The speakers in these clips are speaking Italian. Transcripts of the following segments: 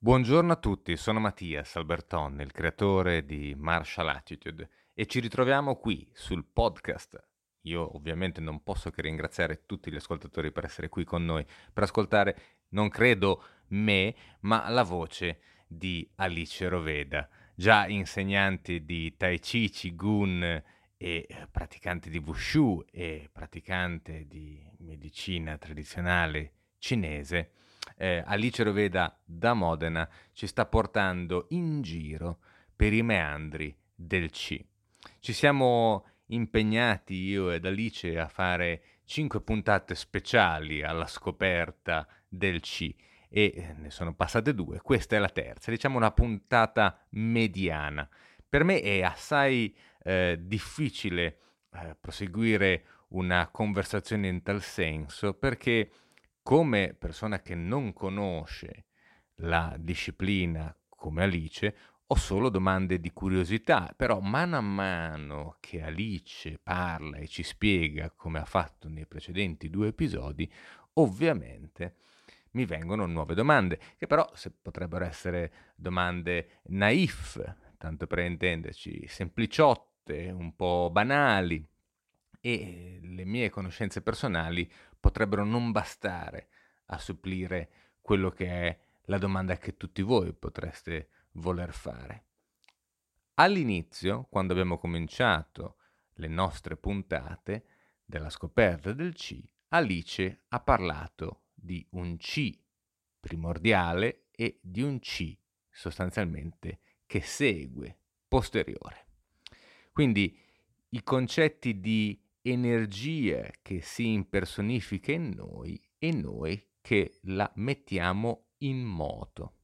Buongiorno a tutti, sono Mattias Alberton, il creatore di Martial Attitude e ci ritroviamo qui sul podcast. Io ovviamente non posso che ringraziare tutti gli ascoltatori per essere qui con noi, per ascoltare, non credo me, ma la voce di Alice Roveda, già insegnante di Tai Chi, Qigong e praticante di Wushu e praticante di medicina tradizionale cinese. Alice Roveda da Modena ci sta portando in giro per i meandri del C. Ci siamo impegnati io ed Alice a fare 5 puntate speciali alla scoperta del C e ne sono passate 2, questa è la terza, diciamo una puntata mediana. Per me è assai difficile proseguire una conversazione in tal senso perché come persona che non conosce la disciplina come Alice, ho solo domande di curiosità, però mano a mano che Alice parla e ci spiega come ha fatto nei precedenti 2 episodi, ovviamente mi vengono nuove domande, che però se potrebbero essere domande naif, tanto per intenderci, sempliciotte, un po' banali, e le mie conoscenze personali potrebbero non bastare a supplire quello che è la domanda che tutti voi potreste voler fare. All'inizio, quando abbiamo cominciato le nostre puntate della scoperta del C, Alice ha parlato di un C primordiale e di un C sostanzialmente che segue, posteriore. Quindi i concetti di energia che si impersonifica in noi e noi che la mettiamo in moto.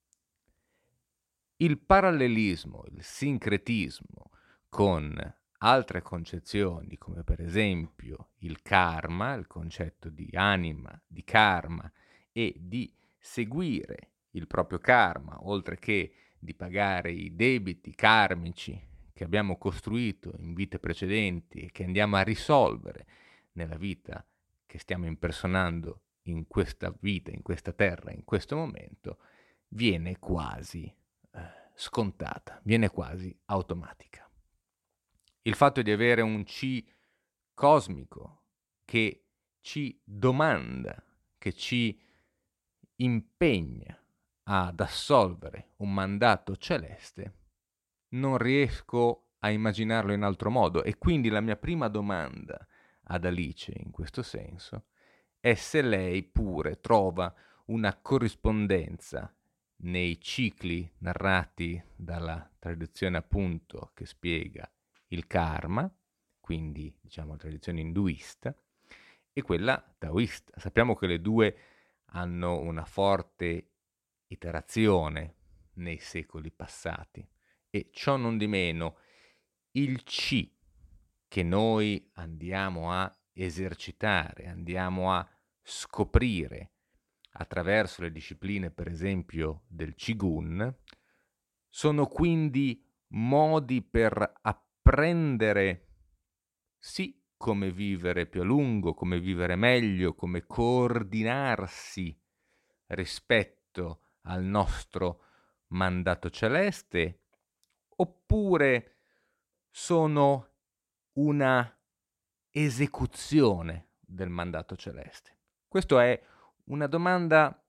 Il parallelismo, il sincretismo con altre concezioni, come per esempio il karma, il concetto di anima, di karma e di seguire il proprio karma, oltre che di pagare i debiti karmici che abbiamo costruito in vite precedenti e che andiamo a risolvere nella vita che stiamo impersonando in questa vita, in questa terra, in questo momento, viene quasi scontata, viene quasi automatica. Il fatto di avere un C cosmico che ci domanda, che ci impegna ad assolvere un mandato celeste, non riesco a immaginarlo in altro modo e quindi la mia prima domanda ad Alice in questo senso è se lei pure trova una corrispondenza nei cicli narrati dalla tradizione appunto che spiega il karma, quindi diciamo la tradizione induista, e quella taoista. Sappiamo che le due hanno una forte iterazione nei secoli passati e ciò non di meno il C che noi andiamo a esercitare, andiamo a scoprire attraverso le discipline, per esempio, del Qigong, sono quindi modi per apprendere sì come vivere più a lungo, come vivere meglio, come coordinarsi rispetto al nostro mandato celeste, oppure sono una esecuzione del mandato celeste? Questo è una domanda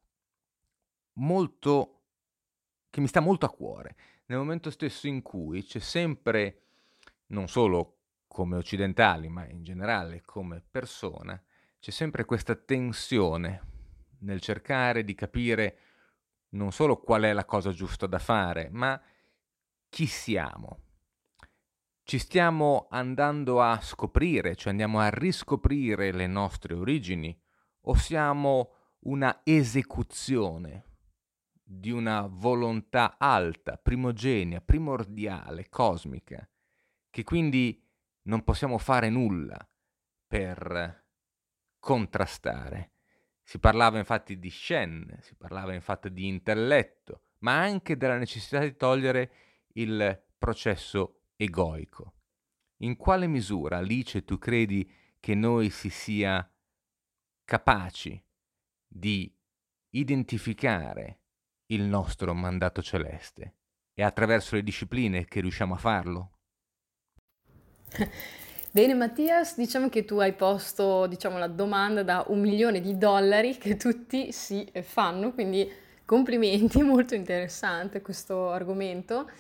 molto che mi sta molto a cuore, nel momento stesso in cui c'è sempre, non solo come occidentali, ma in generale come persona, c'è sempre questa tensione nel cercare di capire non solo qual è la cosa giusta da fare, ma chi siamo. Ci stiamo andando a scoprire, cioè andiamo a riscoprire le nostre origini, o siamo una esecuzione di una volontà alta, primogenia, primordiale, cosmica, che quindi non possiamo fare nulla per contrastare. Si parlava infatti di Shen, si parlava infatti di intelletto, ma anche della necessità di togliere il processo egoico. In quale misura, Alice, tu credi che noi si sia capaci di identificare il nostro mandato celeste? È attraverso le discipline che riusciamo a farlo? Bene Mattias, diciamo che tu hai posto, diciamo, la domanda da $1 milione che tutti si fanno, quindi complimenti, molto interessante questo argomento.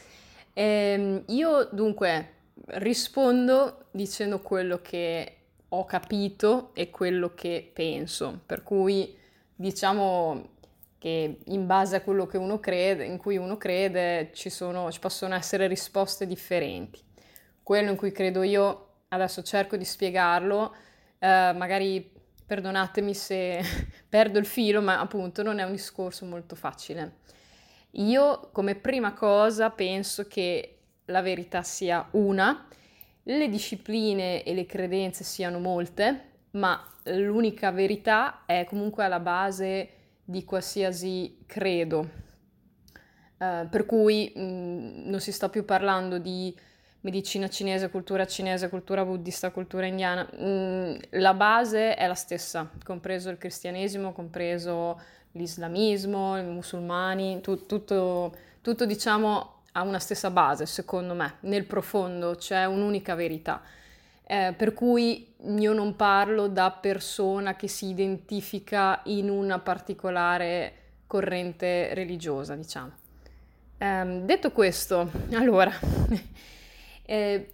Io dunque rispondo dicendo quello che ho capito e quello che penso, per cui diciamo che in base a quello che uno crede, in cui uno crede, ci possono essere risposte differenti. Quello in cui credo io, adesso cerco di spiegarlo, magari perdonatemi se perdo il filo, ma appunto non è un discorso molto facile. Io come prima cosa penso che la verità sia una, le discipline e le credenze siano molte, ma l'unica verità è comunque alla base di qualsiasi credo. Per cui non si sta più parlando di medicina cinese, cultura buddista, cultura indiana. La base è la stessa, compreso il cristianesimo, compreso l'islamismo, i musulmani, tutto diciamo ha una stessa base, secondo me. Nel profondo c'è un'unica verità. Per cui io non parlo da persona che si identifica in una particolare corrente religiosa, diciamo. Detto questo, allora, eh,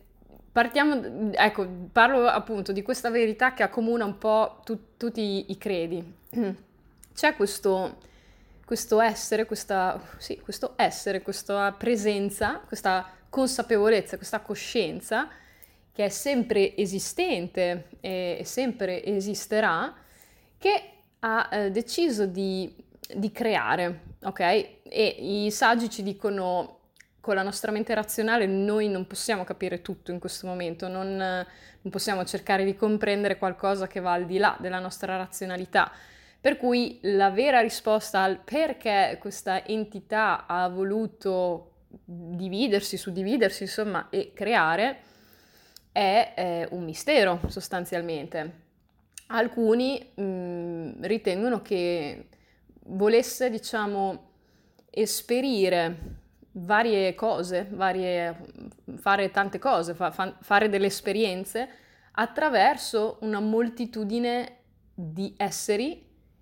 ecco, parlo appunto di questa verità che accomuna un po' tutti i credi. C'è questo essere, questo essere, questa presenza, questa consapevolezza, questa coscienza che è sempre esistente e sempre esisterà, che ha deciso di creare, ok? E i saggi ci dicono, con la nostra mente razionale noi non possiamo capire tutto in questo momento, non possiamo cercare di comprendere qualcosa che va al di là della nostra razionalità. Per cui la vera risposta al perché questa entità ha voluto dividersi, suddividersi, insomma, e creare è un mistero sostanzialmente. Alcuni ritengono che volesse, diciamo, esperire varie cose, fare tante cose, fare delle esperienze attraverso una moltitudine di esseri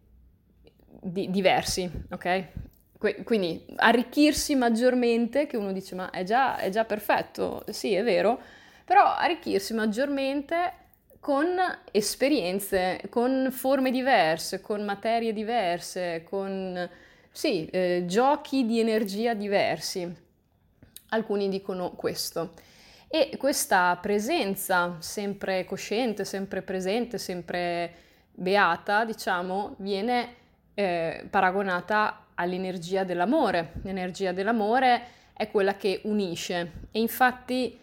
diversi, ok? Quindi arricchirsi maggiormente, che uno dice ma è già perfetto, sì è vero, però arricchirsi maggiormente con esperienze, con forme diverse, con materie diverse, con sì, giochi di energia diversi. Alcuni dicono questo. E questa presenza sempre cosciente, sempre presente, sempre beata, diciamo, viene paragonata all'energia dell'amore. L'energia dell'amore è quella che unisce e infatti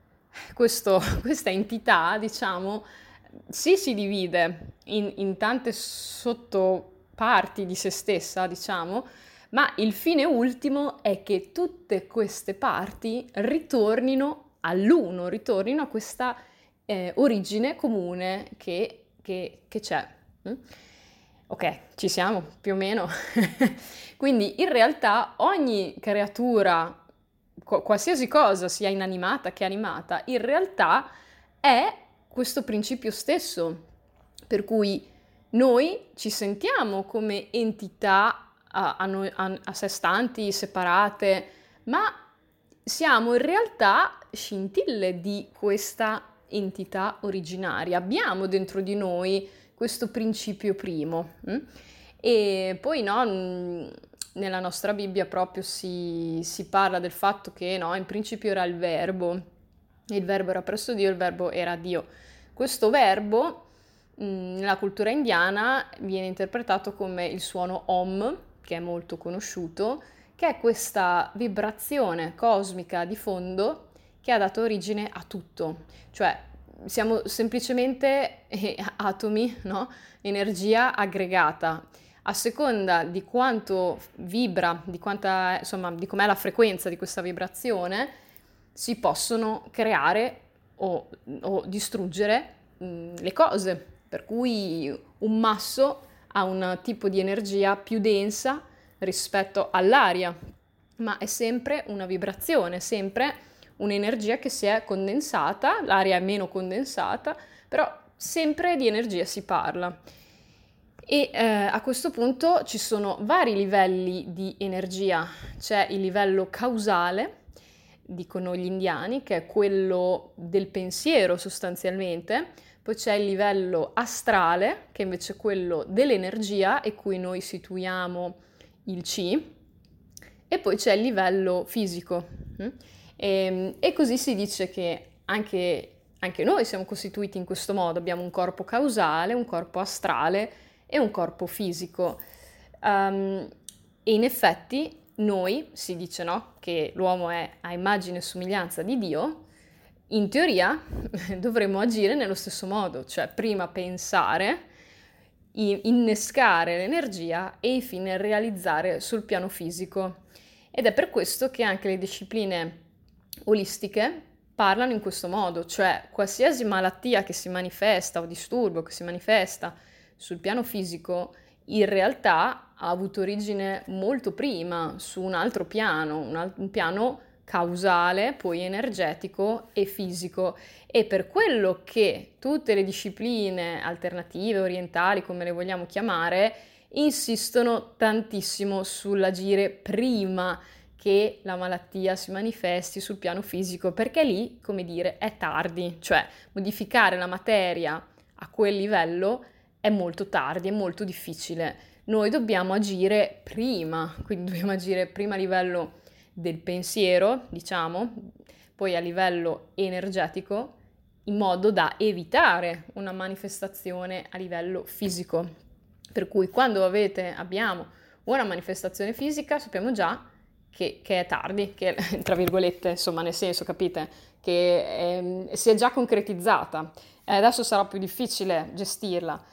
questa entità, diciamo, sì, si divide in tante sottoparti di se stessa, diciamo, ma il fine ultimo è che tutte queste parti ritornino all'uno, ritornino a questa origine comune che c'è. Mm? Ok, ci siamo più o meno. Quindi in realtà ogni creatura, qualsiasi cosa sia inanimata che animata, in realtà è questo principio stesso, per cui noi ci sentiamo come entità a sé stanti, separate, ma siamo in realtà scintille di questa entità originaria. Abbiamo dentro di noi questo principio primo. E poi no, nella nostra Bibbia proprio si parla del fatto che no, in principio era il verbo era presso Dio, il verbo era Dio. Questo verbo nella cultura indiana viene interpretato come il suono Om, che è molto conosciuto, che è questa vibrazione cosmica di fondo che ha dato origine a tutto. Cioè siamo semplicemente atomi, no? Energia aggregata. A seconda di quanto vibra, di quanta, insomma, di com'è la frequenza di questa vibrazione, si possono creare o distruggere le cose. Per cui un masso ha un tipo di energia più densa rispetto all'aria, ma è sempre una vibrazione, sempre un'energia che si è condensata, l'aria è meno condensata, però sempre di energia si parla. E a questo punto ci sono vari livelli di energia. C'è il livello causale, dicono gli indiani, che è quello del pensiero sostanzialmente. Poi c'è il livello astrale, che invece è quello dell'energia e cui noi situiamo il chi. E poi c'è il livello fisico. E così si dice che anche noi siamo costituiti in questo modo. Abbiamo un corpo causale, un corpo astrale e un corpo fisico. E in effetti noi, si dice, no, che l'uomo è a immagine e somiglianza di Dio, in teoria dovremmo agire nello stesso modo, cioè prima pensare, innescare l'energia e infine realizzare sul piano fisico. Ed è per questo che anche le discipline olistiche parlano in questo modo, cioè qualsiasi malattia che si manifesta o disturbo che si manifesta sul piano fisico in realtà ha avuto origine molto prima su un altro piano, un piano causale, poi energetico e fisico. E per quello che tutte le discipline alternative, orientali, come le vogliamo chiamare, insistono tantissimo sull'agire prima che la malattia si manifesti sul piano fisico, perché lì, come dire, è tardi, cioè modificare la materia a quel livello è molto tardi, è molto difficile. Noi dobbiamo agire prima, quindi dobbiamo agire prima a livello del pensiero, diciamo, poi a livello energetico, in modo da evitare una manifestazione a livello fisico. Per cui quando abbiamo una manifestazione fisica sappiamo già che è tardi, che tra virgolette, insomma, nel senso, capite, che si è già concretizzata. Adesso sarà più difficile gestirla.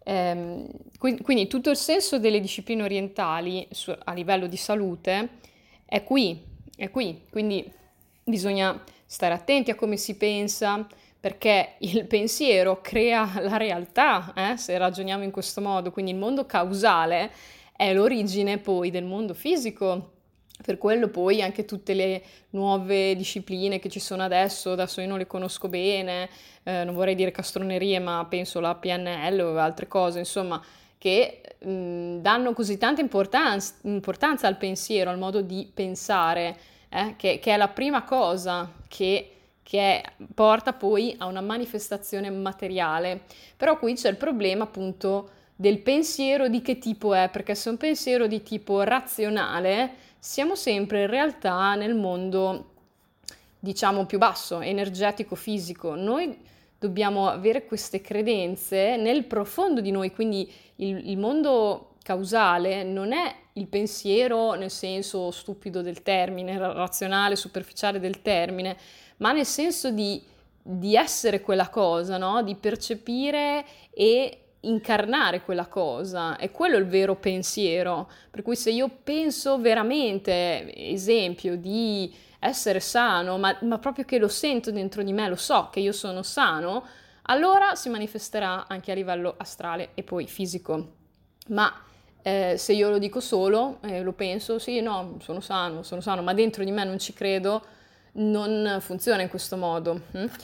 Quindi tutto il senso delle discipline orientali a livello di salute è qui, quindi bisogna stare attenti a come si pensa, perché il pensiero crea la realtà, se ragioniamo in questo modo, quindi il mondo causale è l'origine poi del mondo fisico. Per quello poi anche tutte le nuove discipline che ci sono adesso io non le conosco bene, non vorrei dire castronerie, ma penso alla PNL o altre cose, insomma, che danno così tanta importanza al pensiero, al modo di pensare, che è la prima cosa che porta poi a una manifestazione materiale. Però qui c'è il problema appunto del pensiero, di che tipo è, perché se è un pensiero di tipo razionale siamo sempre in realtà nel mondo, diciamo, più basso, energetico, fisico. Noi dobbiamo avere queste credenze nel profondo di noi, quindi il mondo causale non è il pensiero nel senso stupido del termine, razionale, superficiale del termine, ma nel senso di essere quella cosa, no? Di percepire e incarnare quella cosa, è quello il vero pensiero. Per cui se io penso veramente, esempio, di essere sano, ma proprio che lo sento dentro di me, lo so che io sono sano, allora si manifesterà anche a livello astrale e poi fisico. Ma se io lo dico solo, lo penso, sì, no, sono sano, ma dentro di me non ci credo, non funziona in questo modo.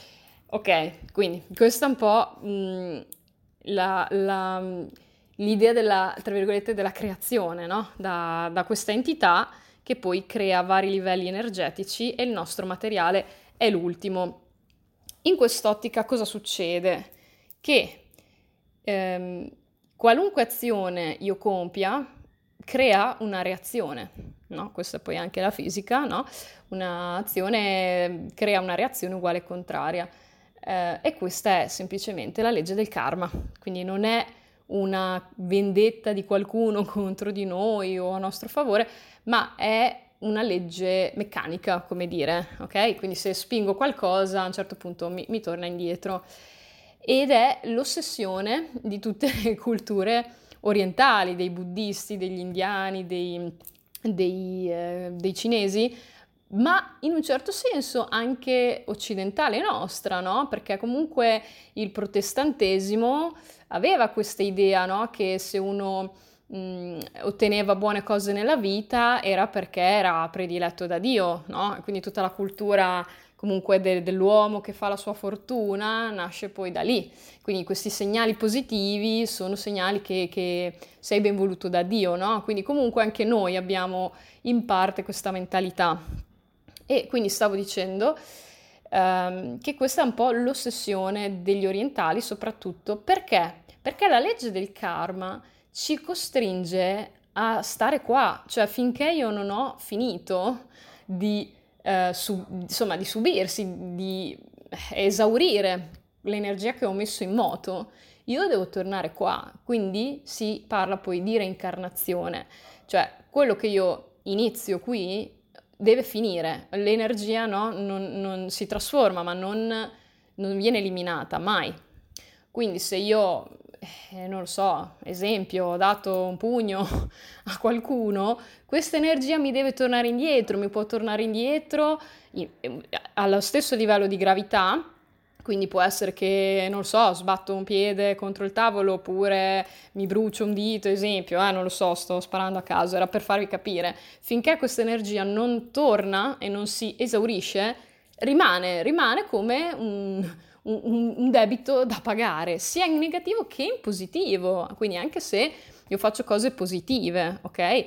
Ok, quindi questa è un po' l'idea della, tra virgolette, della creazione, no? Da questa entità che poi crea vari livelli energetici e il nostro materiale è l'ultimo. In quest'ottica cosa succede? Che qualunque azione io compia crea una reazione, no? Questa è poi anche la fisica, no? Un'azione crea una reazione uguale e contraria. E questa è semplicemente la legge del karma, quindi non è una vendetta di qualcuno contro di noi o a nostro favore, ma è una legge meccanica, come dire, ok? Quindi se spingo qualcosa a un certo punto mi torna indietro. Ed è l'ossessione di tutte le culture orientali, dei buddisti, degli indiani, dei cinesi, ma in un certo senso anche occidentale nostra, no? Perché comunque il protestantesimo aveva questa idea, no? Che se uno otteneva buone cose nella vita era perché era prediletto da Dio, no? Quindi tutta la cultura comunque dell'uomo che fa la sua fortuna nasce poi da lì. Quindi questi segnali positivi sono segnali che sei ben voluto da Dio, no? Quindi comunque anche noi abbiamo in parte questa mentalità. E quindi stavo dicendo che questa è un po' l'ossessione degli orientali, soprattutto perché? Perché la legge del karma ci costringe a stare qua, cioè finché io non ho finito di, insomma, di subirsi, di esaurire l'energia che ho messo in moto, io devo tornare qua. Quindi si parla poi di reincarnazione, cioè quello che io inizio qui deve finire, l'energia no, non si trasforma, ma non viene eliminata mai. Quindi se io, non lo so, esempio, ho dato un pugno a qualcuno, questa energia mi deve tornare indietro, mi può tornare indietro allo stesso livello di gravità. Quindi può essere che, non lo so, sbatto un piede contro il tavolo oppure mi brucio un dito, esempio, non lo so, sto sparando a caso, era per farvi capire. Finché questa energia non torna e non si esaurisce, rimane come un debito da pagare, sia in negativo che in positivo, quindi anche se io faccio cose positive, ok?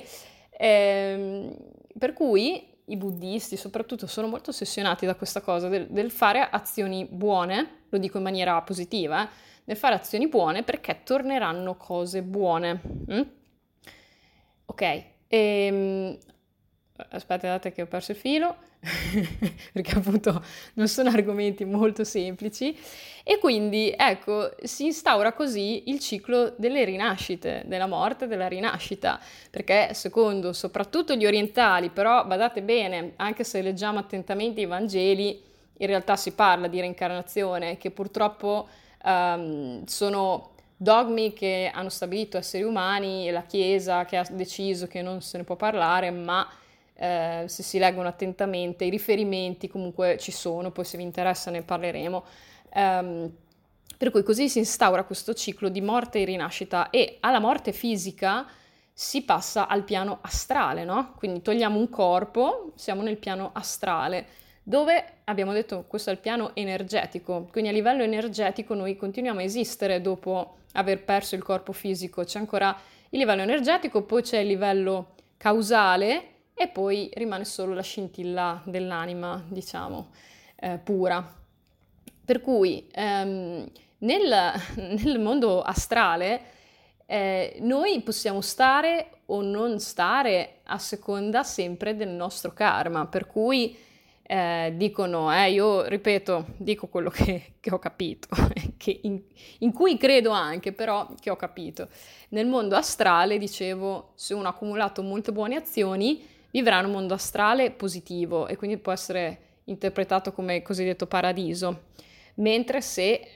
Per cui i buddisti soprattutto sono molto ossessionati da questa cosa del fare azioni buone, lo dico in maniera positiva, del fare azioni buone perché torneranno cose buone. Ok, aspettate che ho perso il filo, perché appunto non sono argomenti molto semplici e quindi ecco si instaura così il ciclo delle rinascite, della morte e della rinascita, perché secondo soprattutto gli orientali, però badate bene, anche se leggiamo attentamente i Vangeli, in realtà si parla di reincarnazione, che purtroppo sono dogmi che hanno stabilito esseri umani e la Chiesa che ha deciso che non se ne può parlare, ma se si leggono attentamente i riferimenti comunque ci sono, poi se vi interessa ne parleremo. Per cui così si instaura questo ciclo di morte e rinascita e alla morte fisica si passa al piano astrale, no? Quindi togliamo un corpo, siamo nel piano astrale, dove abbiamo detto questo è il piano energetico, quindi a livello energetico noi continuiamo a esistere dopo aver perso il corpo fisico, c'è ancora il livello energetico, poi c'è il livello causale e poi rimane solo la scintilla dell'anima, diciamo, pura. Per cui nel mondo astrale noi possiamo stare o non stare a seconda sempre del nostro karma, per cui dicono, io ripeto, dico quello che ho capito, che in cui credo anche, però che ho capito. Nel mondo astrale, dicevo, se uno ha accumulato molte buone azioni, vivrà in un mondo astrale positivo e quindi può essere interpretato come cosiddetto paradiso. Mentre se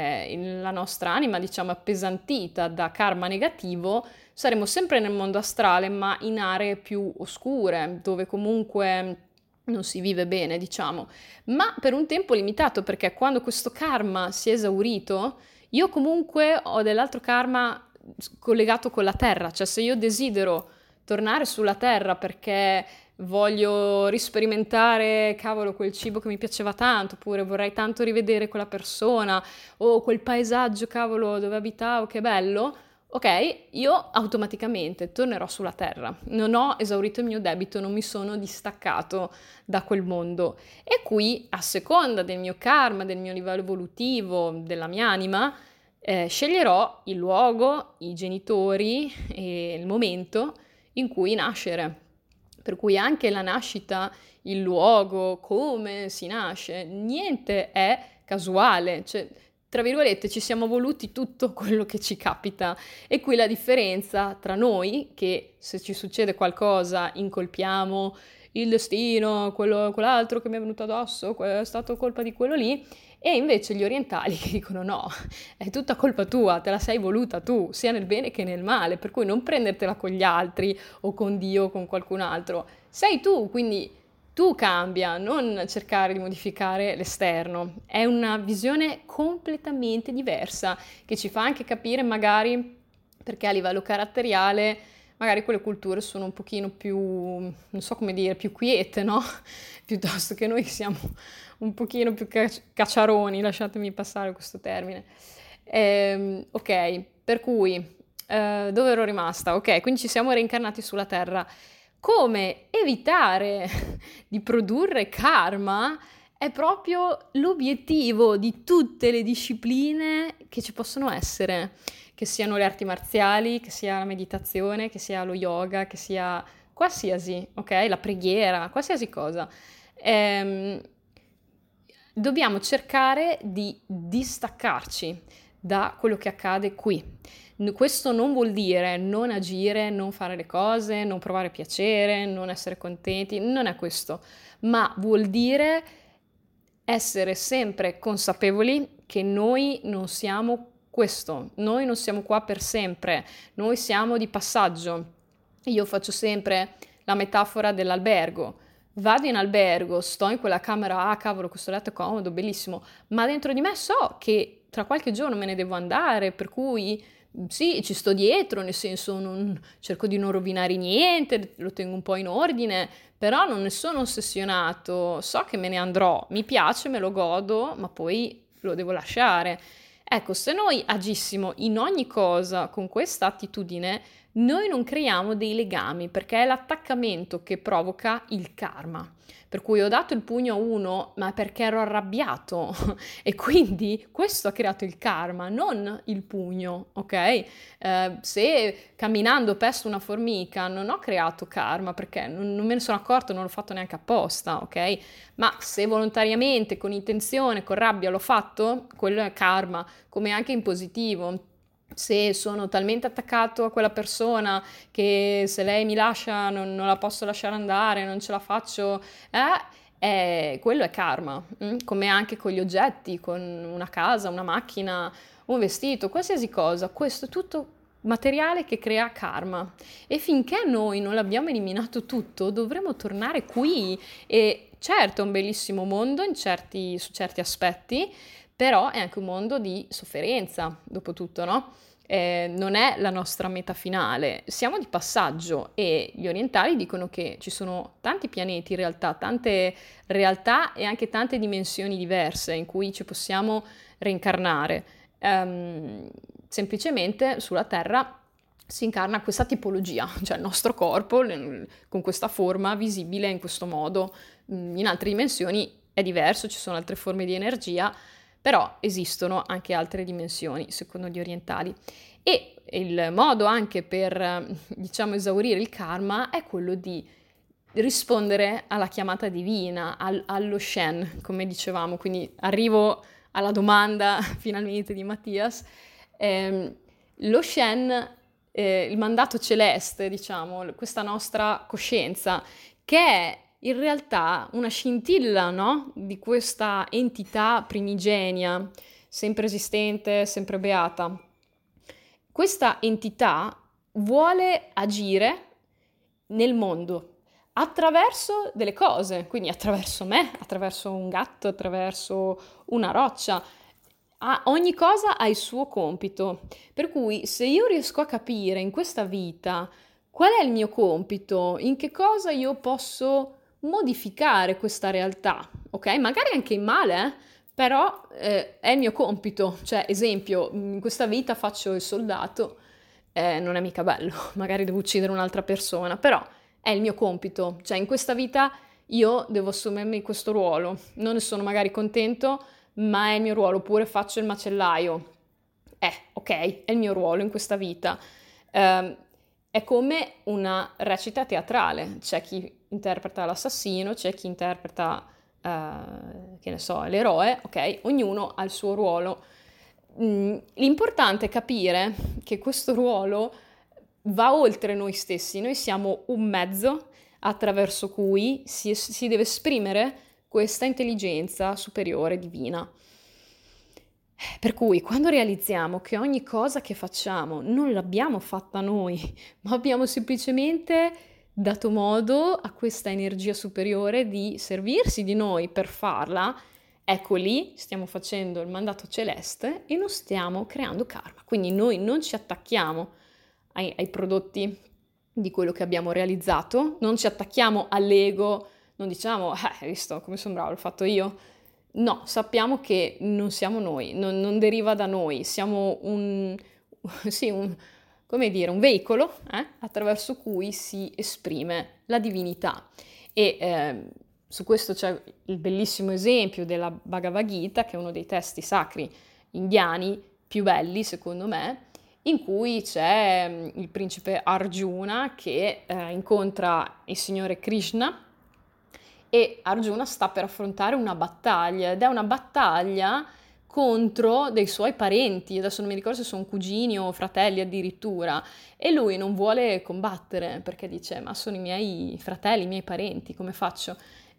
la nostra anima, diciamo, appesantita da karma negativo, saremo sempre nel mondo astrale, ma in aree più oscure, dove comunque non si vive bene, diciamo, ma per un tempo limitato, perché quando questo karma si è esaurito, io comunque ho dell'altro karma collegato con la terra, cioè se io desidero tornare sulla terra perché voglio risperimentare, cavolo, quel cibo che mi piaceva tanto, oppure vorrei tanto rivedere quella persona o quel paesaggio, cavolo, dove abitavo, che bello, ok, io automaticamente tornerò sulla terra, non ho esaurito il mio debito, non mi sono distaccato da quel mondo e qui, a seconda del mio karma, del mio livello evolutivo, della mia anima, sceglierò il luogo, i genitori e il momento in cui nascere. Per cui anche la nascita, il luogo, come si nasce, niente è casuale, cioè tra virgolette ci siamo voluti tutto quello che ci capita e qui la differenza tra noi che se ci succede qualcosa incolpiamo il destino, quell'altro che mi è venuto addosso, è stato colpa di quello lì e invece gli orientali che dicono no, è tutta colpa tua, te la sei voluta tu, sia nel bene che nel male, per cui non prendertela con gli altri o con Dio o con qualcun altro, sei tu, quindi tu cambia, non cercare di modificare l'esterno. È una visione completamente diversa che ci fa anche capire magari perché a livello caratteriale magari quelle culture sono un pochino più, non so come dire, più quiete, no? Piuttosto che noi siamo un pochino più cacciaroni, lasciatemi passare questo termine. Ok, per cui, dove ero rimasta? Ok, quindi ci siamo reincarnati sulla Terra. Come evitare di produrre karma è proprio l'obiettivo di tutte le discipline che ci possono essere, che siano le arti marziali, che sia la meditazione, che sia lo yoga, che sia qualsiasi, ok? La preghiera, qualsiasi cosa. Dobbiamo cercare di distaccarci da quello che accade qui. Questo non vuol dire non agire, non fare le cose, non provare piacere, non essere contenti, non è questo, ma vuol dire essere sempre consapevoli che noi non siamo questo, noi non siamo qua per sempre, noi siamo di passaggio. Io faccio sempre la metafora dell'albergo. Vado in albergo, sto in quella camera, ah cavolo, questo letto è comodo, bellissimo, ma dentro di me so che tra qualche giorno me ne devo andare, per cui sì, ci sto dietro, nel senso cerco di non rovinare niente, lo tengo un po' in ordine, però non ne sono ossessionato, so che me ne andrò, mi piace, me lo godo, ma poi lo devo lasciare. Ecco, se noi agissimo in ogni cosa con questa attitudine, noi non creiamo dei legami, perché è l'attaccamento che provoca il karma. Per cui ho dato il pugno a uno, ma perché ero arrabbiato e quindi questo ha creato il karma, non il pugno, ok? Se camminando pesto una formica non ho creato karma perché non me ne sono accorto, non l'ho fatto neanche apposta, ok? Ma se volontariamente, con intenzione, con rabbia l'ho fatto, quello è karma, come anche in positivo. Se sono talmente attaccato a quella persona che se lei mi lascia non la posso lasciare andare, non ce la faccio, quello è karma, come anche con gli oggetti, con una casa, una macchina, un vestito, qualsiasi cosa. Questo è tutto materiale che crea karma e finché noi non l'abbiamo eliminato tutto dovremo tornare qui e certo è un bellissimo mondo su certi aspetti, però è anche un mondo di sofferenza, dopo tutto, no? Non è la nostra meta finale, siamo di passaggio e gli orientali dicono che ci sono tanti pianeti in realtà, tante realtà e anche tante dimensioni diverse in cui ci possiamo reincarnare. Semplicemente sulla Terra si incarna questa tipologia, cioè il nostro corpo con questa forma visibile in questo modo. In altre dimensioni è diverso, ci sono altre forme di energia, però esistono anche altre dimensioni, secondo gli orientali. E il modo anche per, diciamo, esaurire il karma è quello di rispondere alla chiamata divina, allo Shen, come dicevamo. Quindi arrivo alla domanda finalmente di Mattias. Lo Shen, il mandato celeste, diciamo, questa nostra coscienza, che è in realtà una scintilla, no? Di questa entità primigenia, sempre esistente, sempre beata. Questa entità vuole agire nel mondo attraverso delle cose, quindi attraverso me, attraverso un gatto, attraverso una roccia. Ogni cosa ha il suo compito, per cui se io riesco a capire in questa vita qual è il mio compito, in che cosa io posso modificare questa realtà, ok? Magari anche in male, però è il mio compito. Cioè, esempio, in questa vita faccio il soldato, non è mica bello, magari devo uccidere un'altra persona, però è il mio compito. Cioè, in questa vita io devo assumermi questo ruolo. Non ne sono magari contento, ma è il mio ruolo. Oppure faccio il macellaio. Ok, è il mio ruolo in questa vita. È come una recita teatrale. C'è chi interpreta l'assassino, c'è chi interpreta, che ne so, l'eroe, ok? Ognuno ha il suo ruolo. L'importante è capire che questo ruolo va oltre noi stessi. Noi siamo un mezzo attraverso cui si deve esprimere questa intelligenza superiore divina. Per cui quando realizziamo che ogni cosa che facciamo non l'abbiamo fatta noi, ma abbiamo semplicemente dato modo a questa energia superiore di servirsi di noi per farla, ecco lì stiamo facendo il mandato celeste e non stiamo creando karma. Quindi noi non ci attacchiamo ai prodotti di quello che abbiamo realizzato, non ci attacchiamo all'ego, non diciamo, hai visto come sono bravo, l'ho fatto io. No, sappiamo che non siamo noi, non deriva da noi, siamo come dire, un veicolo attraverso cui si esprime la divinità. E su questo c'è il bellissimo esempio della Bhagavad Gita, che è uno dei testi sacri indiani più belli, secondo me, in cui c'è il principe Arjuna che incontra il signore Krishna e Arjuna sta per affrontare una battaglia ed è una battaglia contro dei suoi parenti, adesso non mi ricordo se sono cugini o fratelli addirittura, e lui non vuole combattere perché dice ma sono i miei fratelli, i miei parenti, come faccio?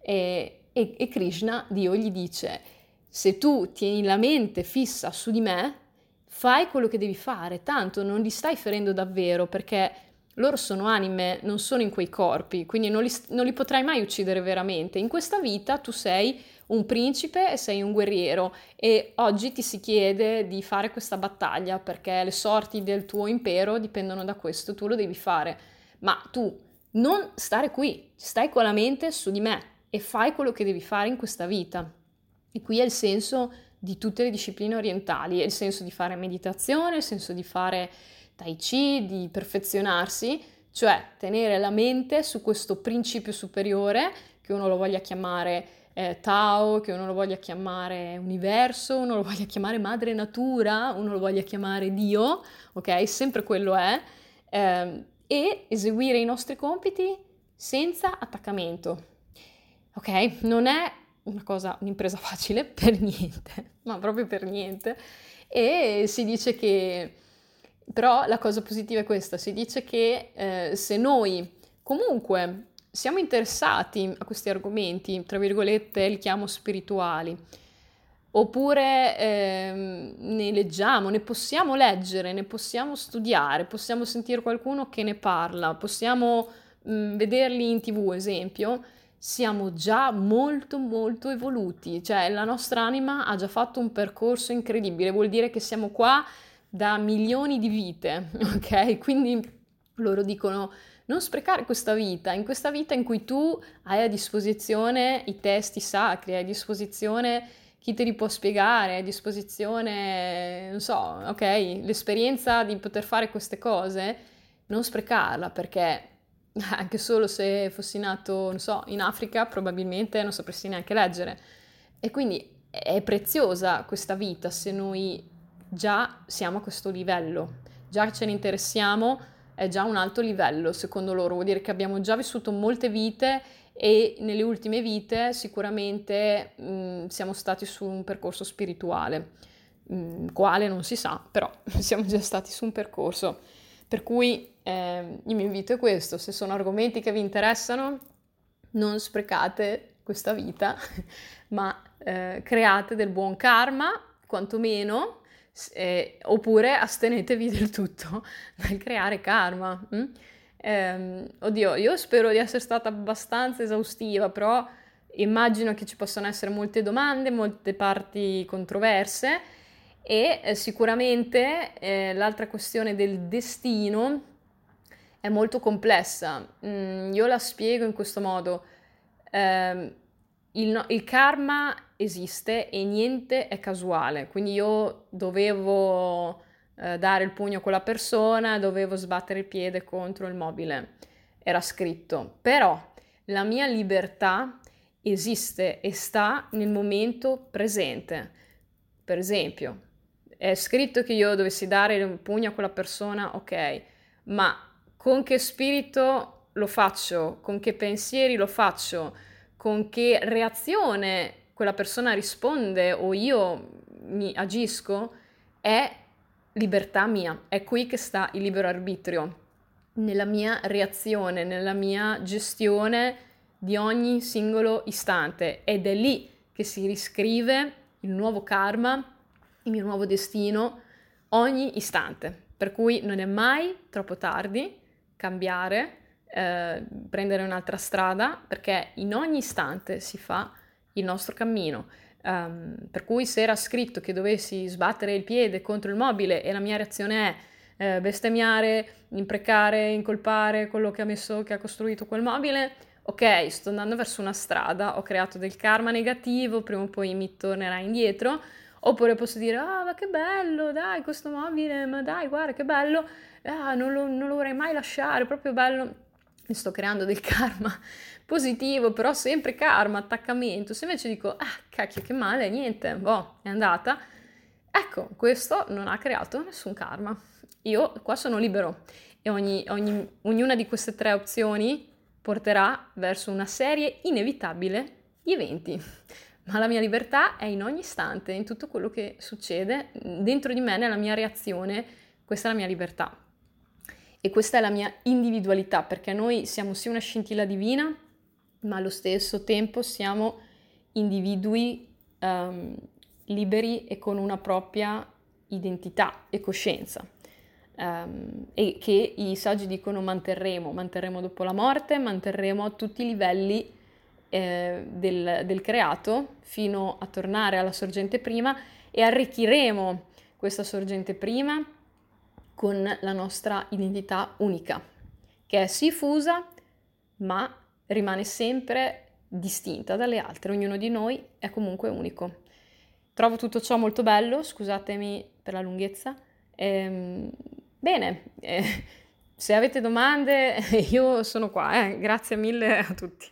E Krishna, Dio, gli dice se tu tieni la mente fissa su di me, fai quello che devi fare, tanto non li stai ferendo davvero perché loro sono anime, non sono in quei corpi, quindi non li potrai mai uccidere veramente. In questa vita tu sei un principe e sei un guerriero e oggi ti si chiede di fare questa battaglia perché le sorti del tuo impero dipendono da questo, tu lo devi fare. Ma tu non stare qui, stai con la mente su di me e fai quello che devi fare in questa vita. E qui è il senso di tutte le discipline orientali, è il senso di fare meditazione, il senso di fare Tai Chi, di perfezionarsi, cioè tenere la mente su questo principio superiore, che uno lo voglia chiamare Tao, che uno lo voglia chiamare universo, uno lo voglia chiamare madre natura, uno lo voglia chiamare Dio, ok? Sempre quello è, e eseguire i nostri compiti senza attaccamento, ok? Non è un'impresa facile per niente, ma proprio per niente, e si dice che però la cosa positiva è questa, si dice che se noi comunque siamo interessati a questi argomenti, tra virgolette li chiamo spirituali, oppure ne leggiamo, ne possiamo leggere, ne possiamo studiare, possiamo sentire qualcuno che ne parla, possiamo vederli in TV, esempio, siamo già molto molto evoluti, cioè la nostra anima ha già fatto un percorso incredibile, vuol dire che siamo qua da milioni di vite, ok? Quindi loro dicono non sprecare questa vita, in questa vita in cui tu hai a disposizione i testi sacri, hai a disposizione chi te li può spiegare, hai a disposizione, non so, ok, l'esperienza di poter fare queste cose, non sprecarla perché anche solo se fossi nato, non so, in Africa probabilmente non sapresti neanche leggere. E quindi è preziosa questa vita se noi già siamo a questo livello, già ce ne interessiamo, è già un alto livello, secondo loro, vuol dire che abbiamo già vissuto molte vite e nelle ultime vite sicuramente siamo stati su un percorso spirituale, quale non si sa, però siamo già stati su un percorso. Per cui il mio invito è questo, se sono argomenti che vi interessano, non sprecate questa vita, ma create del buon karma, quantomeno, oppure astenetevi del tutto dal creare karma. Oddio, io spero di essere stata abbastanza esaustiva, però immagino che ci possano essere molte domande, molte parti controverse e sicuramente l'altra questione del destino è molto complessa. Io la spiego in questo modo. Il karma esiste e niente è casuale, quindi io dovevo dare il pugno a quella persona, dovevo sbattere il piede contro il mobile, era scritto, però la mia libertà esiste e sta nel momento presente. Per esempio, è scritto che io dovessi dare un pugno a quella persona, ok, ma con che spirito lo faccio, con che pensieri lo faccio, con che reazione quella persona risponde o io mi agisco, è libertà mia. È qui che sta il libero arbitrio, nella mia reazione, nella mia gestione di ogni singolo istante. Ed è lì che si riscrive il nuovo karma, il mio nuovo destino, ogni istante. Per cui non è mai troppo tardi cambiare, prendere un'altra strada, perché in ogni istante si fa il nostro cammino. Per cui se era scritto che dovessi sbattere il piede contro il mobile e la mia reazione bestemmiare, imprecare, incolpare quello che ha costruito quel mobile, ok, sto andando verso una strada, ho creato del karma negativo, prima o poi mi tornerà indietro, oppure posso dire, ah, ma che bello, dai, questo mobile, ma dai, guarda che bello, ah, non lo vorrei mai lasciare, è proprio bello, mi sto creando del karma positivo, però sempre karma, attaccamento. Se invece dico, ah, cacchio, che male, niente, boh, è andata, ecco, questo non ha creato nessun karma. Io qua sono libero e ognuna di queste tre opzioni porterà verso una serie inevitabile di eventi. Ma la mia libertà è in ogni istante, in tutto quello che succede dentro di me, nella mia reazione, questa è la mia libertà. E questa è la mia individualità, perché noi siamo sì una scintilla divina, ma allo stesso tempo siamo individui liberi e con una propria identità e coscienza. E che i saggi dicono manterremo dopo la morte, manterremo a tutti i livelli del creato fino a tornare alla sorgente prima e arricchiremo questa sorgente prima con la nostra identità unica, che è sì fusa, ma rimane sempre distinta dalle altre. Ognuno di noi è comunque unico. Trovo tutto ciò molto bello, scusatemi per la lunghezza. Bene, se avete domande io sono qua, grazie mille a tutti.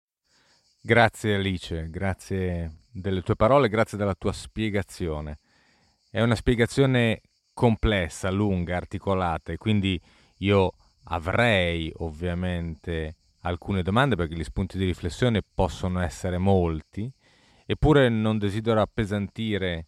Grazie Alice, grazie delle tue parole, grazie della tua spiegazione. È una spiegazione complessa, lunga, articolata e quindi io avrei ovviamente alcune domande perché gli spunti di riflessione possono essere molti, eppure non desidero appesantire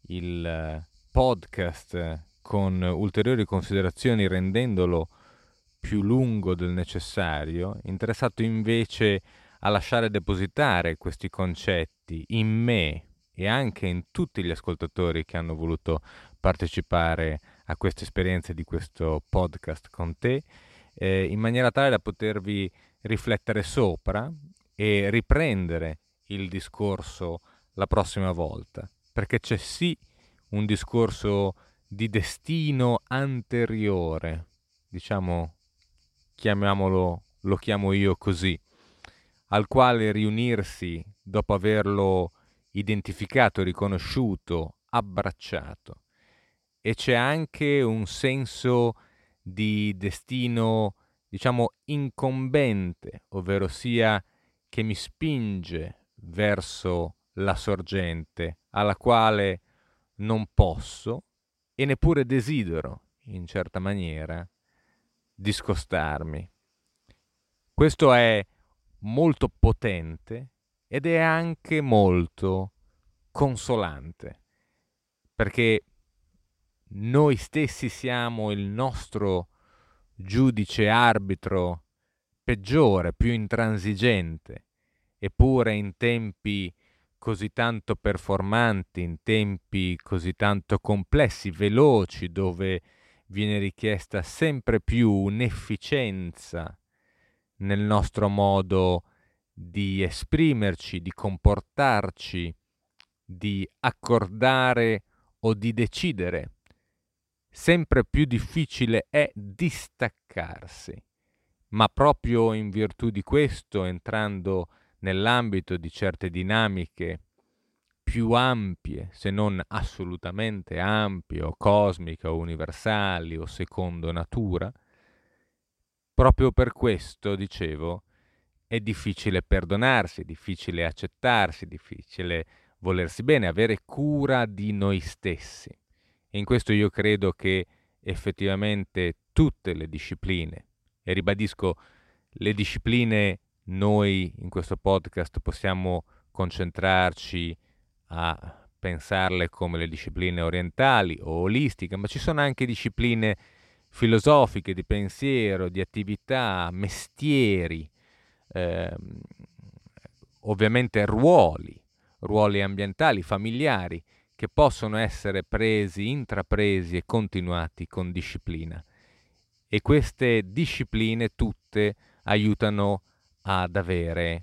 il podcast con ulteriori considerazioni rendendolo più lungo del necessario, interessato invece a lasciare depositare questi concetti in me e anche in tutti gli ascoltatori che hanno voluto partecipare a queste esperienze di questo podcast con te, in maniera tale da potervi riflettere sopra e riprendere il discorso la prossima volta, perché c'è sì un discorso di destino anteriore, diciamo, chiamiamolo, lo chiamo io così, al quale riunirsi dopo averlo identificato, riconosciuto, abbracciato. E c'è anche un senso di destino, diciamo, incombente, ovvero sia che mi spinge verso la sorgente alla quale non posso e neppure desidero, in certa maniera, discostarmi. Questo è molto potente ed è anche molto consolante, perché noi stessi siamo il nostro giudice arbitro peggiore, più intransigente, eppure in tempi così tanto performanti, in tempi così tanto complessi, veloci, dove viene richiesta sempre più un'efficienza nel nostro modo di esprimerci, di comportarci, di accordare o di decidere. Sempre più difficile è distaccarsi, ma proprio in virtù di questo, entrando nell'ambito di certe dinamiche più ampie, se non assolutamente ampie o cosmiche o universali o secondo natura, proprio per questo, dicevo, è difficile perdonarsi, è difficile accettarsi, è difficile volersi bene, avere cura di noi stessi. E in questo io credo che effettivamente tutte le discipline, e ribadisco, le discipline noi in questo podcast possiamo concentrarci a pensarle come le discipline orientali o olistiche, ma ci sono anche discipline filosofiche, di pensiero, di attività, mestieri, ehm, ovviamente ruoli ambientali, familiari, che possono essere presi, intrapresi e continuati con disciplina. E queste discipline tutte aiutano ad avere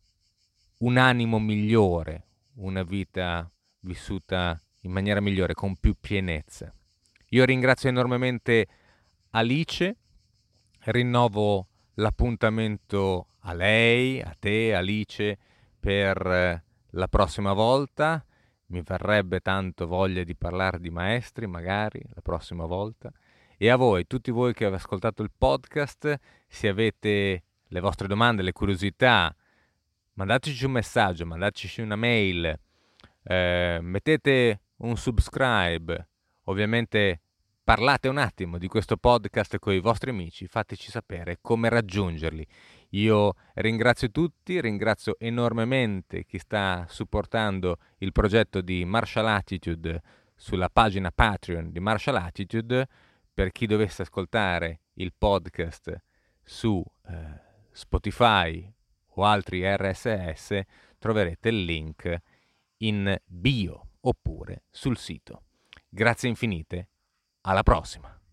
un animo migliore, una vita vissuta in maniera migliore, con più pienezza. Io ringrazio enormemente Alice. Rinnovo l'appuntamento a lei, a te, Alice, per la prossima volta. Mi verrebbe tanto voglia di parlare di maestri, magari, la prossima volta. E a voi, tutti voi che avete ascoltato il podcast, se avete le vostre domande, le curiosità, mandateci un messaggio, mandateci una mail, mettete un subscribe, ovviamente parlate un attimo di questo podcast con i vostri amici, fateci sapere come raggiungerli. Io ringrazio tutti, ringrazio enormemente chi sta supportando il progetto di Martial Attitude sulla pagina Patreon di Martial Attitude. Per chi dovesse ascoltare il podcast su Spotify o altri RSS, troverete il link in bio oppure sul sito. Grazie infinite, alla prossima!